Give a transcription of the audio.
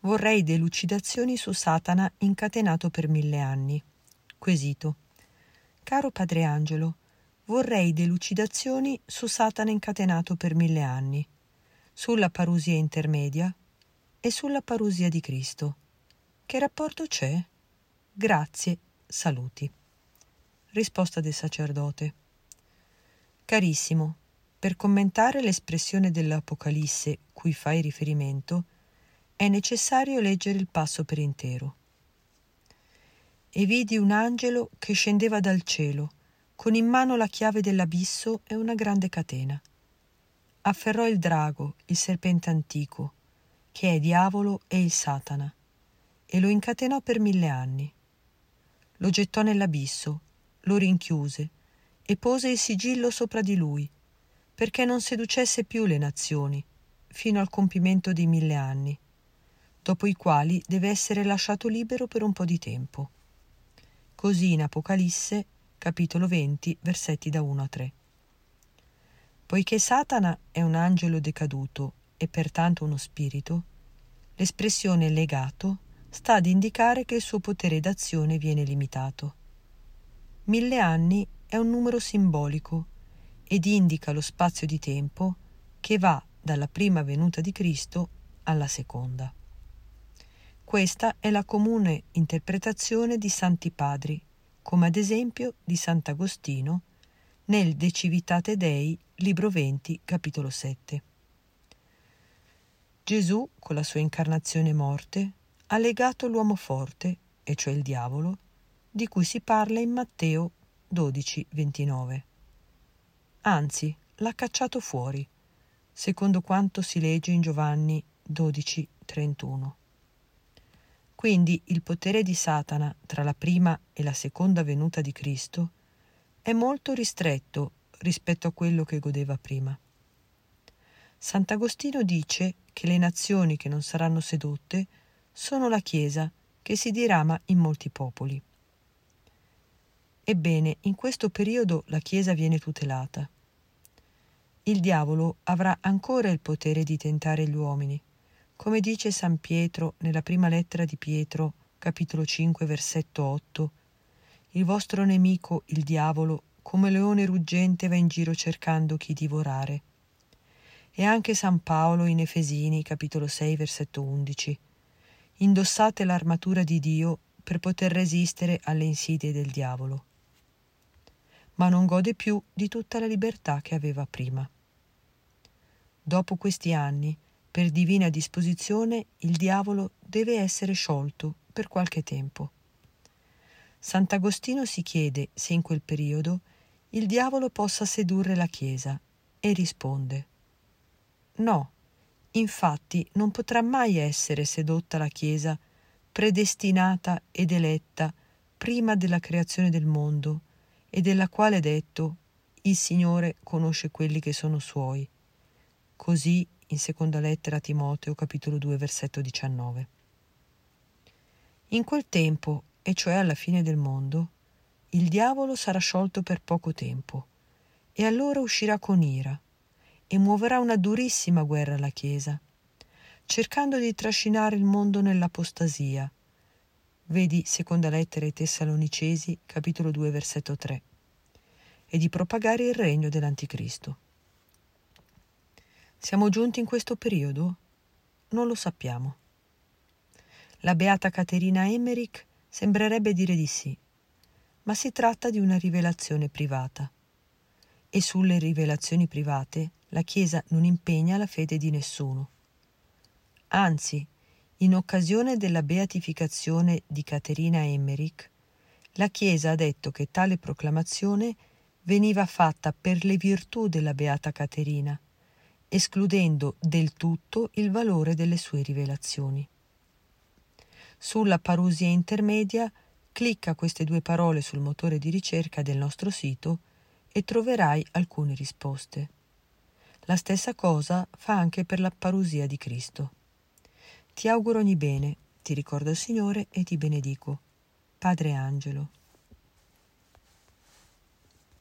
Vorrei delucidazioni su Satana incatenato per 1000 anni. Quesito. Caro Padre Angelo, vorrei delucidazioni su Satana incatenato per 1000 anni, sulla parusia intermedia e sulla parusia di Cristo. Che rapporto c'è? Grazie, saluti. Risposta del sacerdote. Carissimo, per commentare l'espressione dell'Apocalisse cui fai riferimento, è necessario leggere il passo per intero. E vidi un angelo che scendeva dal cielo, con in mano la chiave dell'abisso e una grande catena. Afferrò il drago, il serpente antico, che è diavolo e il Satana, e lo incatenò per 1000 anni. Lo gettò nell'abisso, lo rinchiuse e pose il sigillo sopra di lui, perché non seducesse più le nazioni, fino al compimento dei 1000 anni, dopo i quali deve essere lasciato libero per un po' di tempo. Così in Apocalisse, capitolo 20, versetti da 1 a 3. Poiché Satana è un angelo decaduto e pertanto uno spirito, l'espressione legato sta ad indicare che il suo potere d'azione viene limitato. 1000 anni è un numero simbolico ed indica lo spazio di tempo che va dalla prima venuta di Cristo alla seconda. Questa è la comune interpretazione di Santi Padri, come ad esempio di Sant'Agostino nel De Civitate Dei, libro 20, capitolo 7. Gesù, con la sua incarnazione e morte, ha legato l'uomo forte, e cioè il diavolo, di cui si parla in Matteo 12, 29. Anzi, l'ha cacciato fuori, secondo quanto si legge in Giovanni 12, 31. Quindi il potere di Satana tra la prima e la seconda venuta di Cristo è molto ristretto rispetto a quello che godeva prima. Sant'Agostino dice che le nazioni che non saranno sedotte sono la Chiesa che si dirama in molti popoli. Ebbene, in questo periodo la Chiesa viene tutelata. Il diavolo avrà ancora il potere di tentare gli uomini, come dice San Pietro nella prima lettera di Pietro, capitolo 5, versetto 8, il vostro nemico, il diavolo, come leone ruggente va in giro cercando chi divorare. E anche San Paolo in Efesini, capitolo 6, versetto 11, indossate l'armatura di Dio per poter resistere alle insidie del diavolo. Ma non gode più di tutta la libertà che aveva prima. Dopo questi anni, per divina disposizione, il diavolo deve essere sciolto per qualche tempo. Sant'Agostino si chiede se in quel periodo il diavolo possa sedurre la Chiesa e risponde: no, infatti non potrà mai essere sedotta la Chiesa, predestinata ed eletta prima della creazione del mondo, e della quale è detto: il Signore conosce quelli che sono suoi. Così in seconda lettera a Timoteo, capitolo 2, versetto 19. In quel tempo, e cioè alla fine del mondo, il diavolo sarà sciolto per poco tempo, e allora uscirà con ira, e muoverà una durissima guerra alla Chiesa, cercando di trascinare il mondo nell'apostasia. Vedi seconda lettera ai Tessalonicesi, capitolo 2, versetto 3, e di propagare il regno dell'Anticristo. Siamo giunti in questo periodo? Non lo sappiamo. La beata Caterina Emmerich sembrerebbe dire di sì, ma si tratta di una rivelazione privata. E sulle rivelazioni private la Chiesa non impegna la fede di nessuno. Anzi, in occasione della beatificazione di Caterina Emmerich, la Chiesa ha detto che tale proclamazione veniva fatta per le virtù della beata Caterina, escludendo del tutto il valore delle sue rivelazioni. Sulla parusia intermedia clicca queste 2 parole sul motore di ricerca del nostro sito e troverai alcune risposte. La stessa cosa fa anche per la parusia di Cristo. Ti auguro ogni bene, ti ricordo il Signore e ti benedico. Padre Angelo.